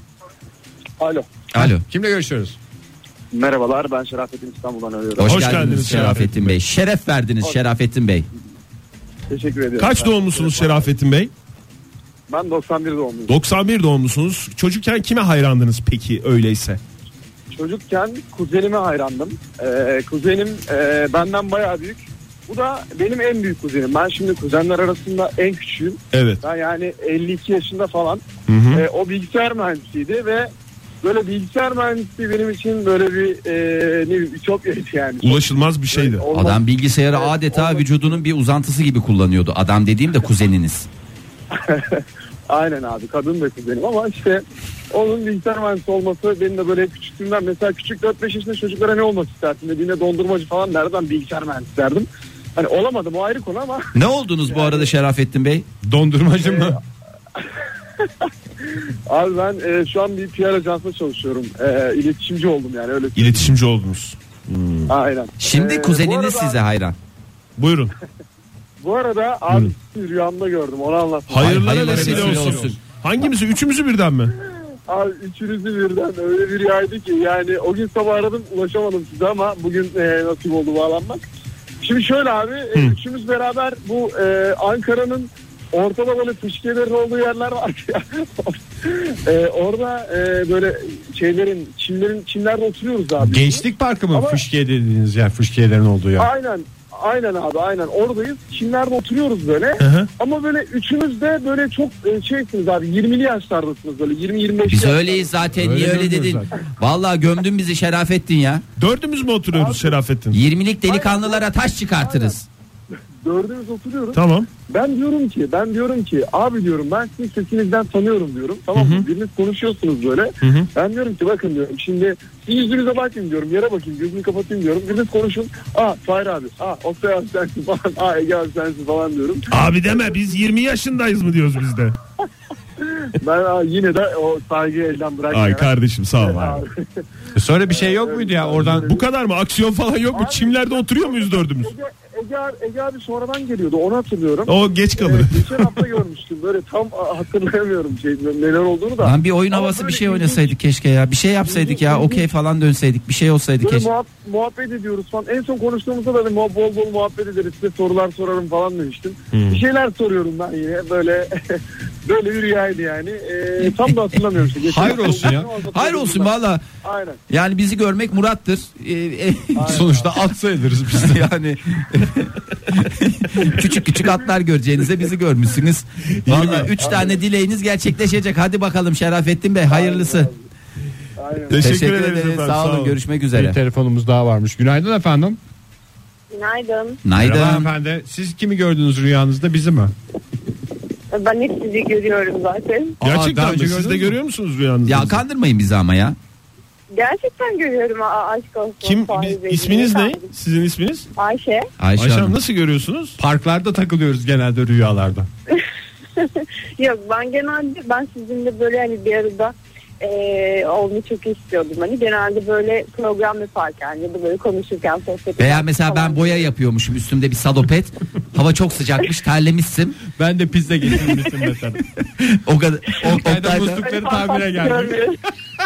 Alo. Kimle görüşüyoruz? Merhabalar, ben Şerafettin İstanbul'dan arıyorum. Hoş Hoş geldiniz geldiniz Şerafettin Bey. Şeref verdiniz Şerafettin Bey. Teşekkür ederim. Kaç doğumlusunuz Şerafettin Bey? Ben 91 doğumluyum. 91 doğumlusunuz. Çocukken kime hayrandınız peki öyleyse? Çocukken kuzenime hayrandım. Kuzenim benden bayağı büyük. Bu da benim en büyük kuzenim. Ben şimdi kuzenler arasında en küçüğüm. Evet. Ben yani 52 yaşında falan. O bilgisayar mühendisiydi ve böyle bilgisayar mühendisliği benim için böyle bir ne bileyim ütopyaydı yani. Ulaşılmaz bir şeydi. Olmaz. Adam bilgisayarı Evet, adeta olmaz. vücudunun bir uzantısı gibi kullanıyordu. Adam dediğim de kuzeniniz. Aynen abi, kadın da kuzenim ama işte onun bilgisayar mühendisi olması benim de böyle küçüklüğümden, mesela küçük 4-5 yaşında çocuklara ne olmak istersin dediğinde dondurmacı falan derdim, ben bilgisayar mühendisi derdim. Hani olamadım, o ayrı konu ama. Ne oldunuz bu arada Şerafettin Bey? Dondurmacı mı? Abi ben şu an bir PR ajansında çalışıyorum. İletişimci oldum yani, öyle. İletişimci oldunuz. Aynen. Şimdi Bu kuzeniniz arada- size hayran. Buyurun. Bu arada abi rüyamda gördüm, onu anlattım. Hayırlara vesile vesile olsun. olsun. Hangimizi? Üçümüzü birden mi? Abi üçünüzü birden öyle bir rüyaydı ki yani o gün sabah aradım, ulaşamadım size ama bugün nasip oldu bağlanmak. Şimdi şöyle abi, üçümüz beraber bu Ankara'nın ortada böyle fışkiyelerin olduğu yerler var ya. Orada böyle çimlerde oturuyoruz abi. Gençlik Parkı mı? Ama- Fışkiye dediğiniz yer, fışkiyelerin olduğu yer. Aynen aynen abi aynen oradayız. Çimlerde oturuyoruz böyle. Hı. Ama böyle üçümüz de böyle çok şeysiniz abi 20'li yaşlardasınız böyle 20-25 Biz öyleyiz zaten. Niye öyle dedin? Vallahi gömdün bizi Şerafettin ya. Dördümüz mü oturuyoruz Şerafettin? 20'lik delikanlılara taş çıkartırız. Dördümüz oturuyoruz. Tamam. Ben diyorum ki abi diyorum ben sizin sesinizden tanıyorum diyorum. Tamam mı? Biriniz konuşuyorsunuz böyle. Ben diyorum ki bakın diyorum şimdi bir yüzünüze bakayım diyorum. Yere bakayım gözümü kapatayım diyorum. Biriniz konuşun. Fahir abi. Oktay abi sensin falan. Ege abi sensin falan diyorum. Abi deme biz 20 yaşındayız mı diyoruz biz de. Ben yine de o saygıyı elden bırakmıyorum. Ay kardeşim sağ ol abi. Sonra bir şey yok muydu ya oradan? Bu kadar mı? Aksiyon falan yok mu? Çimlerde oturuyor muyuz dördümüz? Ege abi sonradan geliyordu onu hatırlıyorum. O geç kalır. Geçen hafta görmüştüm böyle tam hatırlayamıyorum neler olduğunu da. Lan bir oyun havası bir şey oynasaydık keşke ya. Bir şey yapsaydık ya. Okey falan dönseydik. Bir şey olsaydı böyle keşke. muhabbet ediyoruz falan. En son konuştuğumuzda da bol bol muhabbet ederiz. Size sorular sorarım falan demiştim. Bir şeyler soruyorum ben yine böyle böyle bir rüyaydı yani. Tam da hatırlamıyorum. Hayır olsun ya. Hayır olsun valla. Aynen. Yani bizi görmek murattır. Sonuçta at sayılırız biz de. Yani küçük küçük atlar göreceğinize bizi görmüşsünüz. Valla 3 tane dileğiniz gerçekleşecek. Hadi bakalım Şerafettin Bey hayırlısı. Aynen. Teşekkür ederiz efendim. Sağ olun. Görüşmek üzere. Bir telefonumuz daha varmış. Günaydın efendim. Günaydın. Merhaba Naydın. efendim. Siz kimi gördünüz rüyanızda, bizi mi? Ben hep sizi görüyorum zaten. daha Gerçekten mi? önce Siz gördünüz de mü? görüyor musunuz rüyanızda? Ya kandırmayın bizi ama ya. Gerçekten görüyorum aşk olsun. Kim? Fahir Bey. İsminiz ne? Sizin isminiz? Ayşe. Ayşe Ayşe Hanım Hanım. nasıl görüyorsunuz? Parklarda takılıyoruz genelde rüyalarda. Yok ben sizinle böyle hani bir arada olmayı çok istiyordum. Hani genelde böyle program yaparken ya da böyle konuşurken sohbet Veya ederken mesela falan. ben boya yapıyormuşum. Üstümde bir salopet. Hava çok sıcakmış. Terlemişsin. Ben de pizza getirmiştim mesela. O kadar. Oktay'da muslukları tamire geldi.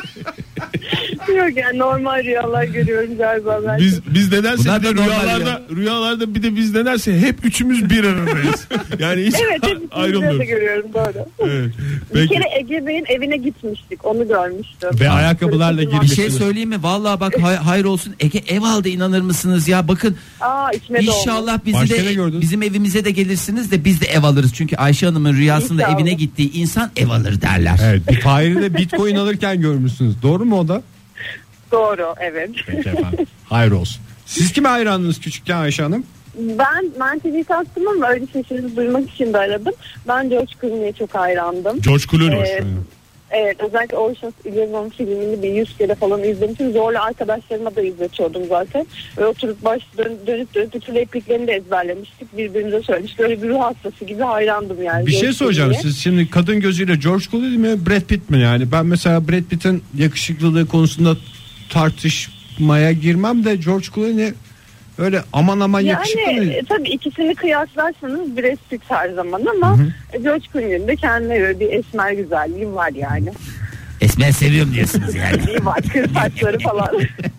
Yok yani normal rüyalar görüyorum galiba ben. Biz nedense Bunlar bir de da normal rüyalarda bir de biz nedense hep üçümüz bir aradayız. Yani hiç Evet hep de ayrılmıyoruz. görüyorum doğru. Evet. Bir Peki. kere Ege Bey'in evine gitmiştik onu görmüştüm. Ve ayakkabılarla Bir Bir girmişsiniz. şey söyleyeyim mi? Vallahi bak hayır olsun. Ege ev aldı, inanır mısınız ya? Bakın İçime doğmuş. İnşallah bizi Başka ne de gördün? bizim evimize de gelirsiniz de biz de ev alırız. Çünkü Ayşe Hanım'ın rüyasında İnşallah. evine gittiği insan ev alır derler. Evet, bir Fahir'i de Bitcoin alırken görmüşsünüz. Doğru mu o da? Doğru evet. Peki efendim. Hayır olsun. Siz kime hayranınız küçükken Ayşe Hanım? Ben TV taktım ama öyle sesinizi duymak için de aradım. Ben George Clooney'e çok hayrandım. George Clooney. Evet özellikle Ocean's 11 filmini bir 100 kere falan izlemiştim. Zorla arkadaşlarıma da izletiyordum zaten. Ve oturup dönüp bütün repliklerini de ezberlemiştik. Birbirimize söylemiştik. Böyle bir ruh hastası gibi hayrandım yani. Bir şey George soracağım. Clooney'e. Siz şimdi kadın gözüyle George Clooney mi Brad Pitt mi yani? Ben mesela Brad Pitt'in yakışıklılığı konusunda tartışmaya girmem de George Clooney öyle aman yakışıklı mı? Yani tabii ikisini kıyaslarsanız Brad Pitt her zaman ama George Clooney'nin de kendine göre bir esmer güzelliği var yani. Esmer seviyorum diyorsunuz yani. Bir var kır saçları falan.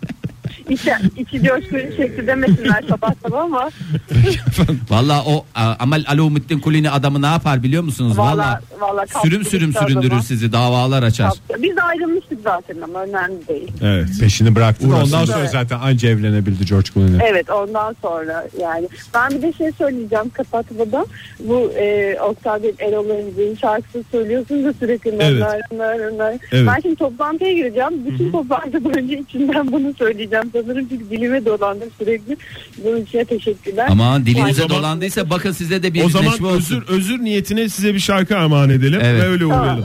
İçi George Clooney çekti demesinler sabah ama. Valla o Amal Alaumuddin Kulini adamı ne yapar biliyor musunuz? Valla sürüm süründürür sizi, davalar açar. Biz ayrılmıştık zaten ama önemli değil. Evet. Peşini bıraktı. Uğraşsın. Ondan sonra zaten anca evlenebildi George Clooney. Evet ondan sonra yani. Ben bir de şey söyleyeceğim kapatmadan. Bu Oktay Bey Erol'un şarkısını söylüyorsunuz da sürekli Evet. nar. Evet. Ben şimdi toplantıya gireceğim. Bütün toplantı boyunca içinden bunu söyleyeceğim. Sanırım çünkü dilime dolandı sürekli. Bunun için teşekkürler. Aman dilinize O zaman- dolandıysa bakın size de bir O zaman yüzleşme olsun. özür niyetine size bir şarkı armağan edelim Evet. ve öyle uğurlayalım.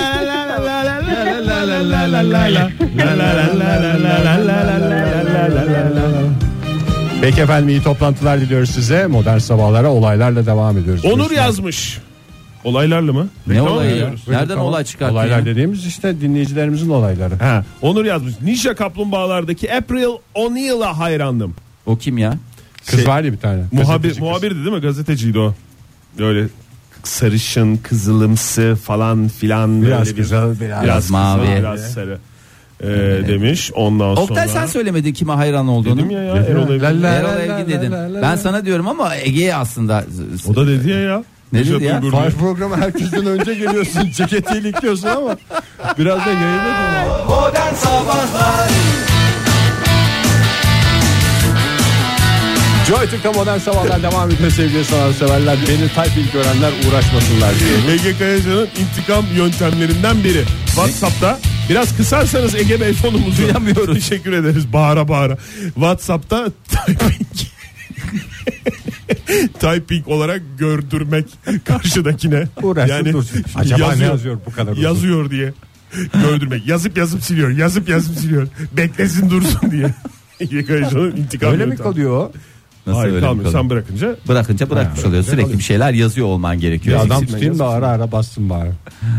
Peki efendim, iyi toplantılar diliyoruz size. Modern sabahlara olaylarla devam ediyoruz. Onur Biliyorsunuz. yazmış. Olaylarla mı? Ne Tamam olayı ya? diyoruz. Nereden Tamam. olay çıkarttın Olaylar ya? dediğimiz işte dinleyicilerimizin olayları. Ha, Onur yazmış. Ninja Kaplumbağalardaki April O'Neil'a hayrandım. O kim ya? Kız Şey, var ya bir tane. Gazeteci kız. Muhabirdi değil mi? Gazeteciydi o. Böyle sarışın, kızılımsı falan filan. Biraz böyle güzel, biraz mavi. kızıl, biraz sarı. Demiş. Ondan sonra. Oktay sen söylemedin kime hayran olduğunu. Dedim ya Erol Evgin. Erol Evgin dedin. Ben sana diyorum ama Ege'ye aslında. O da dedi ya. Ne dedi Nejat ya? Uygur Fahir diyor. programı herkesten önce geliyorsun. Ceketi ilikliyorsun ama biraz da yayına. Modern Sabahlar Joy Türk'te modern sabahlar devam ediyor sevgili sanatseverler. Beni typing görenler uğraşmasınlar diye. Ege Kayacan'ın intikam yöntemlerinden biri. WhatsApp'ta biraz kısarsanız Ege Bey fonumuzu Duyamıyoruz. teşekkür ederiz bağıra bağıra. WhatsApp'ta typing olarak gördürmek karşıdakine. Uğraşsın dursun. Acaba ne yazıyor bu kadar uzun? Yazıyor diye gördürmek. Yazıp siliyor. Yazıp siliyor. Beklesin dursun diye. Ege Kayacan'ın intikam Öyle mi yöntemi. kalıyor o? Nasıl Hayır öyle kalmıyor. kalıyor? Sen bırakınca Bırakmış oluyor. Sürekli bir şeyler yazıyor olman gerekiyor. Bir adam Eksiltme, tutayım da yazıp ara bassın bari.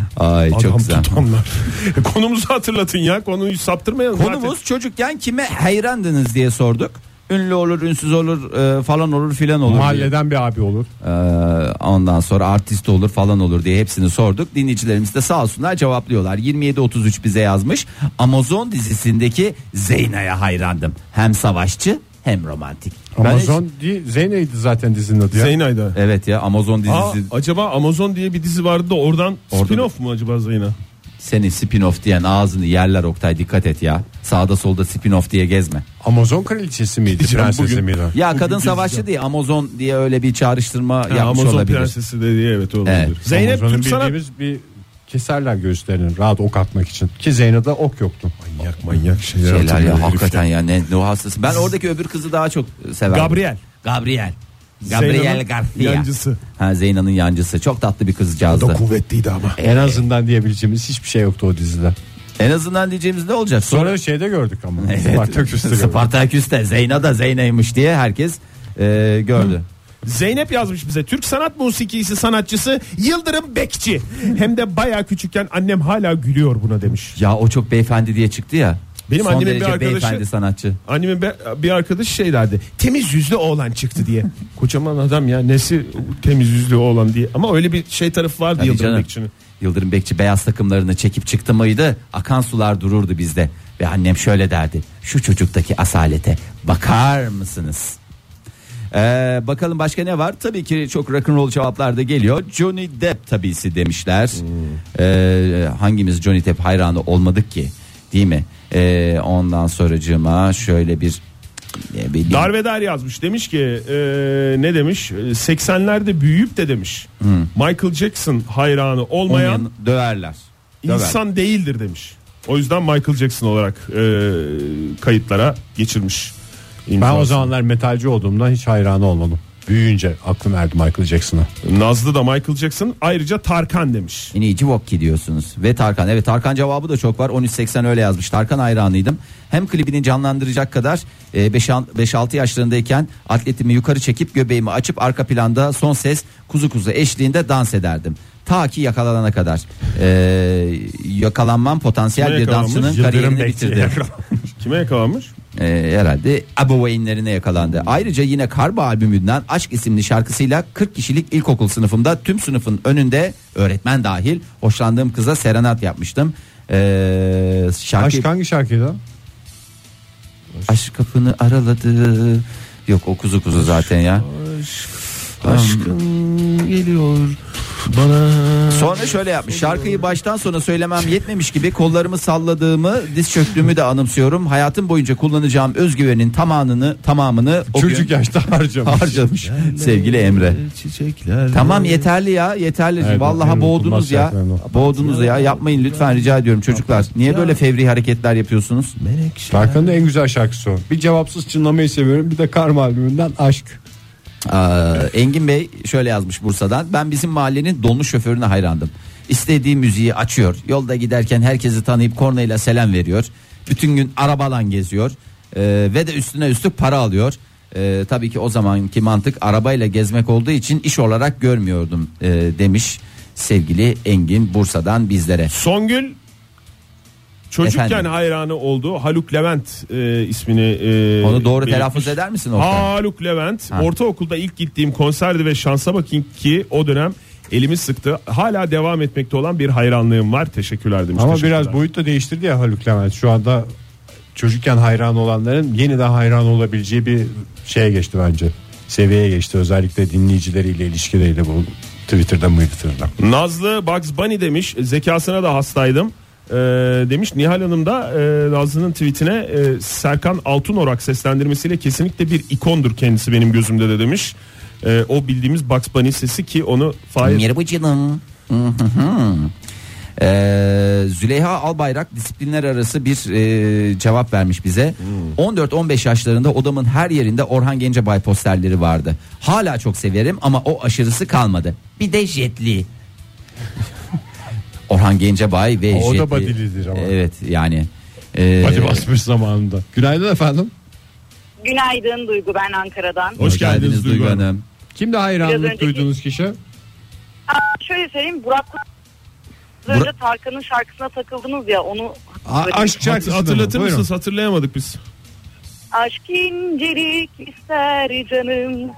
Ay çok adam güzel. tutanlar. Konumuzu hatırlatın ya. Konuyu saptırmayalım. Konumuz çocukken kime hayrandınız diye sorduk. Ünlü olur, ünsüz olur, falan olur, filan olur. Mahalleden bir abi olur. Ondan sonra artist olur falan olur diye hepsini sorduk. Dinleyicilerimiz de sağ olsunlar cevaplıyorlar. 2733 bize yazmış. Amazon dizisindeki Zeyna'ya hayrandım. Hem savaşçı hem romantik. Amazon değil, Zeyna'ydı zaten dizinin adı ya. Zeyna'ydı. Evet ya, Amazon dizisi. Acaba Amazon diye bir dizi vardı da oradan Orada spin-off mu acaba Zeyna? Senin spin-off diyen ağzını yerler Oktay, dikkat et ya. Sağda solda spin-off diye gezme. Amazon kraliçesi miydi, Gideceğim prensesi bugün. miydi? Ya kadın savaşçı diye Amazon diye öyle bir çağrıştırma yapmış Amazon olabilir. prensesi dediği evet olabilir. Evet. Zeynep Amazon'un Türk sanat bildiğimiz bir keserler göğüslerini rahat ok atmak için. Ki Zeyna'da ok yoktu. manyak şeyler Şeyler hatırlıyor ya herif hakikaten ya, ne o hastası. Ben oradaki öbür kızı daha çok severdim. Gabriel Zeyna'nın Garcia. yancısı. Ha, Zeyna'nın yancısı. Çok tatlı bir kızcağızdı. O da kuvvetliydi ama. En azından diyebileceğimiz hiçbir şey yoktu o dizide. En azından diyeceğimiz ne olacak? Sonra şeyde gördük ama. Evet. Spartaküs'te gördük. Spartaküs'te Zeyna da Zeyna'ymış diye herkes gördü. Zeynep yazmış bize. Türk sanat musikisi sanatçısı Yıldırım Bekçi. Hem de bayağı küçükken annem hala gülüyor buna demiş. Ya o çok beyefendi diye çıktı ya. Benim Son annemin bir derece arkadaşı- beyefendi sanatçı. Annemin bir arkadaşı şey derdi. Temiz yüzlü oğlan çıktı diye. Kocaman adam ya, nesi temiz yüzlü oğlan diye. Ama öyle bir şey tarafı vardı Tabii Yıldırım canım. Bekçi'nin. Yıldırım Bekçi beyaz takımlarını çekip çıktı mıydı akan sular dururdu bizde. Ve annem şöyle derdi: şu çocuktaki asalete bakar mısınız? Bakalım başka ne var? Tabii ki çok rock'n'roll cevaplar da geliyor. Johnny Depp tabisi demişler. Hangimiz Johnny Depp hayranı olmadık ki, değil mi? Ondan sonracığıma şöyle bir Darveder yazmış, demiş ki ne demiş, 80'lerde büyüyüp de demiş Michael Jackson hayranı olmayan döverler. insan değildir demiş. O yüzden Michael Jackson olarak kayıtlara geçirmiş. Ben İmzası. o zamanlar metalci olduğumdan hiç hayranı olmadım. Büyüyünce aklım erdi Michael Jackson'a. Nazlı da Michael Jackson, ayrıca Tarkan demiş. İnici Vokki diyorsunuz. Ve Tarkan. Evet, Tarkan cevabı da çok var. 1380 öyle yazmış. Tarkan hayranıydım. Hem klibini canlandıracak kadar 5-6 yaşlarındayken atletimi yukarı çekip göbeğimi açıp arka planda son ses kuzu kuzu eşliğinde dans ederdim. Ta ki yakalanana kadar. Yakalanmam potansiyel Kime bir yakalanmış? dansçının Yıldırım kariyerini Bekçi'ye bitirdi. Kime yakalanmış? Herhalde ebeveynlerine yakalandı. Ayrıca yine Karba albümünden Aşk isimli şarkısıyla 40 kişilik ilkokul sınıfımda tüm sınıfın önünde, öğretmen dahil, hoşlandığım kıza serenat yapmıştım. Şarkı... Aşk hangi şarkıydı? Aşk kapını araladı. Yok, o kuzu kuzu zaten ya. Aşkın geliyor bana. Sonra şöyle yapmış: şarkıyı baştan sona söylemem yetmemiş gibi kollarımı salladığımı, diz çöktüğümü de anımsıyorum. Hayatım boyunca kullanacağım özgüvenin tamamını o Çocuk gün yaşta harcamış. sevgili Emre. Çiçekler. Tamam, yeterli ya, yeterli. Evet, Vallahi benim boğdunuz unutulmaz ya. şarkılarım Boğdunuz ya. Yapmayın lütfen, rica ediyorum çocuklar. Niye böyle fevri hareketler yapıyorsunuz? Tarkan'ın en güzel şarkısı o. Bir cevapsız çınlamayı seviyorum. Bir de Karma albümünden Aşk. Engin Bey şöyle yazmış Bursa'dan: ben bizim mahallenin dolmuş şoförüne hayrandım. İstediği müziği açıyor, yolda giderken herkesi tanıyıp kornayla selam veriyor, bütün gün arabayla geziyor ve de üstüne üstlük para alıyor. Tabii ki o zamanki mantık arabayla gezmek olduğu için iş olarak görmüyordum demiş sevgili Engin Bursa'dan bizlere. Songül çocukken Efendim? hayranı olduğu Haluk Levent ismini Onu doğru belirtmiş. telaffuz eder misin Oktay? Haluk Levent. Ha. Ortaokulda ilk gittiğim konserdi ve şansa bakayım ki o dönem elimi sıktı. Hala devam etmekte olan bir hayranlığım var. Teşekkürler demiş. Ama Teşekkürler. biraz boyut da değiştirdi ya Haluk Levent. Şu anda çocukken hayran olanların yeniden hayran olabileceği bir şeye geçti bence. Seviyeye geçti. Özellikle dinleyicileriyle ilişkileriyle bu Twitter'da. Nazlı Bugs Bunny demiş. Zekasına da hastaydım. demiş. Nihal Hanım da Nazlı'nın tweetine Serkan Altunorak seslendirmesiyle kesinlikle bir ikondur kendisi benim gözümde de demiş. O bildiğimiz Bugs Bunny sesi ki onu Merhaba canım. Züleyha Albayrak disiplinler arası bir cevap vermiş bize. 14-15 yaşlarında odamın her yerinde Orhan Gencebay posterleri vardı. Hala çok severim ama o aşırısı kalmadı. Bir de Jetli. Orhan Gencebay ve o Jetli. da badilidir ama. Evet yani. Badi basmış zamanında. Günaydın efendim. Günaydın Duygu, ben Ankara'dan. Hoş geldiniz Duygu Hanım. Kimde Biraz hayranlık önceki- duyduğunuz kişi? Şöyle söyleyeyim, Burak önce Tarkan'ın şarkısına takıldınız ya, onu Aşk şarkısı Hatırlatır mısınız? Hatırlayamadık biz. aşk incelik ister canım.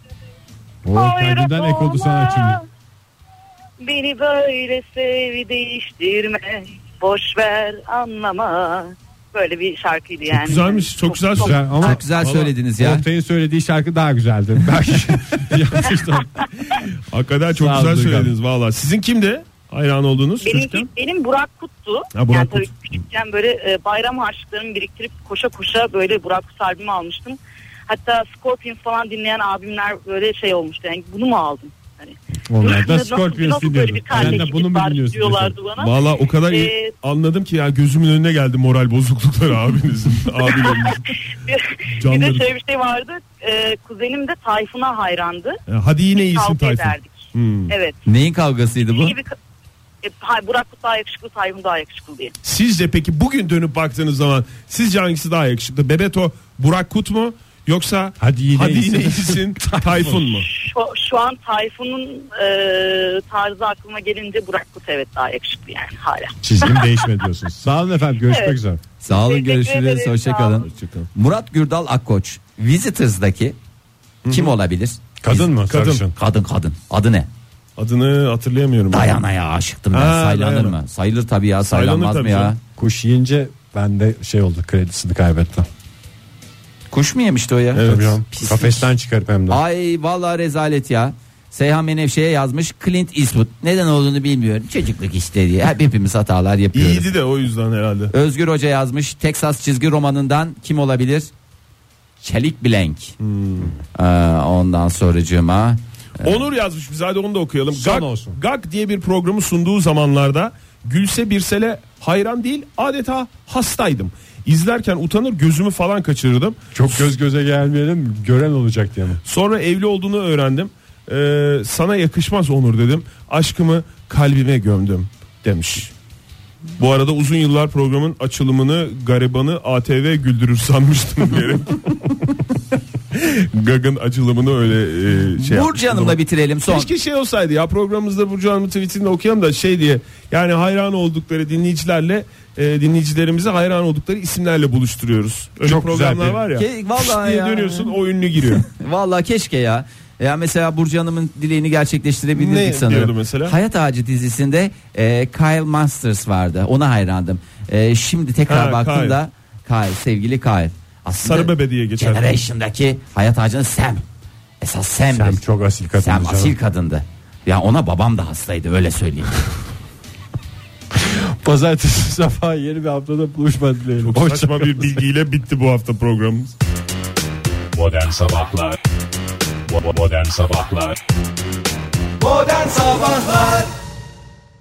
O kendinden ek oldu sanatçının. Beni böyle sev, değiştirme, boş ver, anlama. Böyle bir şarkıydı yani. Güzelmiş, çok güzel Güzel söyledi. ama Çok güzel söylediniz ya. Oktay'ın söylediği şarkı daha güzeldi. Belki yanlıştım. Hakikaten çok Sağ güzel olun, söylediniz valla. Sizin kimdi hayran olduğunuz çocukken? Benim Burak Kut'tu. Ha, Burak yani Kut. tabii küçükken böyle bayram harçlıklarımı biriktirip koşa koşa böyle Burak Kut albümü almıştım. Hatta Scorpions falan dinleyen abimler böyle şey olmuştu. Yani bunu mu aldın? Hani, Onlar da nasıl Scorpions böyle dinliyordu. bir Sen de kardeşlik bunu mu var dinliyorsun? diyorlardı bana. Valla o kadar iyi anladım ki ya, gözümün önüne geldi moral bozuklukları abinizin. Abilerinizin. Bir de Canları. şöyle bir şey vardı. Kuzenim de Tayfun'a hayrandı. Hadi yine iyisin Kavga Tayfun. ederdik. Evet. Neyin kavgasıydı bu? İyi bir Burak Kut daha yakışıklı, Tayfun daha yakışıklı diye. Sizce peki bugün dönüp baktığınız zaman sizce hangisi daha yakışıklı? Bebeto Burak Kut mu? Yoksa Hadi yine iyisin Tayfun mu? Şu an Tayfun'un tarzı aklıma gelince Burak Kut evet daha yakışıklı yani hala. Çizgim değişme diyorsunuz. Sağ olun efendim, görüşmek Evet. üzere. Sağ olun, Teşekkür görüşürüz, ederim, sağ hoşçakalın. olun. Murat Gürdal Akkoç Visitors'daki kim olabilir? Kadın mı? Kadın. Sarışın. Kadın. Adı ne? Adını hatırlayamıyorum. Dayana'ya aşıktım ben. Ha, Saylanır Dayana. mı? Sayılır tabii ya, Saylanır saylanmaz tabii mı ya? canım. Kuş yiyince bende şey oldu, kredisini kaybettim. Kuş mu yemişti o ya? Evet. Tabii canım. Pislik. Kafesten çıkarıp hem de. Ay vallahi rezalet ya. Seyhan Menevşe'ye yazmış Clint Eastwood. Neden olduğunu bilmiyorum. Çocukluk işte diye. Hepimiz hatalar yapıyoruz. İyiydi de o yüzden herhalde. Özgür Hoca yazmış Texas çizgi romanından kim olabilir? Çelik Blank. Ondan sonracığıma Onur yazmış bize, hadi onu da okuyalım. Son olsun. Gag diye bir programı sunduğu zamanlarda Gülse Birsel'e hayran değil adeta hastaydım. İzlerken utanır gözümü falan kaçırırdım. Çok göz göze gelmeyelim, gören olacak diye mi? Sonra evli olduğunu öğrendim. Sana yakışmaz Onur dedim. Aşkımı kalbime gömdüm demiş. Bu arada uzun yıllar programın açılımını garibanı ATV güldürür sanmıştım diyerek. Gag'ın açılımını öyle şey Burcu yapmıştım. Hanım'la bitirelim son. Keşke şey olsaydı ya, programımızda Burcu Hanım'ın tweetini okuyalım da şey diye, yani hayran oldukları dinleyicilerimizi hayran oldukları isimlerle buluşturuyoruz. Öyle Çok güzel programlar bir- var ya. Vallahi diye ya. dönüyorsun, o ünlü giriyor. Vallahi keşke ya. Ya mesela Burcu Hanım'ın dileğini gerçekleştirebilirdik Ne sanırım. diyordu mesela? Hayat Ağacı dizisinde Kyle Masters vardı. Ona hayrandım. Şimdi tekrar Ha, baktığımda Kyle, sevgili Kyle. Aslında Sarı bebe diye geçer. Generation'daki Hayat Ağacı'nın Sam. Esas Sam'di. Sam çok asil kadın. Sam asil kadındı. Ya ona babam da hastaydı, öyle söyleyeyim. Pazartesi sabahı yeni bir haftada buluşma dileyelim. Çok saçma bir bilgiyle bitti bu hafta programımız. Modern Sabahlar Modern Sabahlar Modern Sabahlar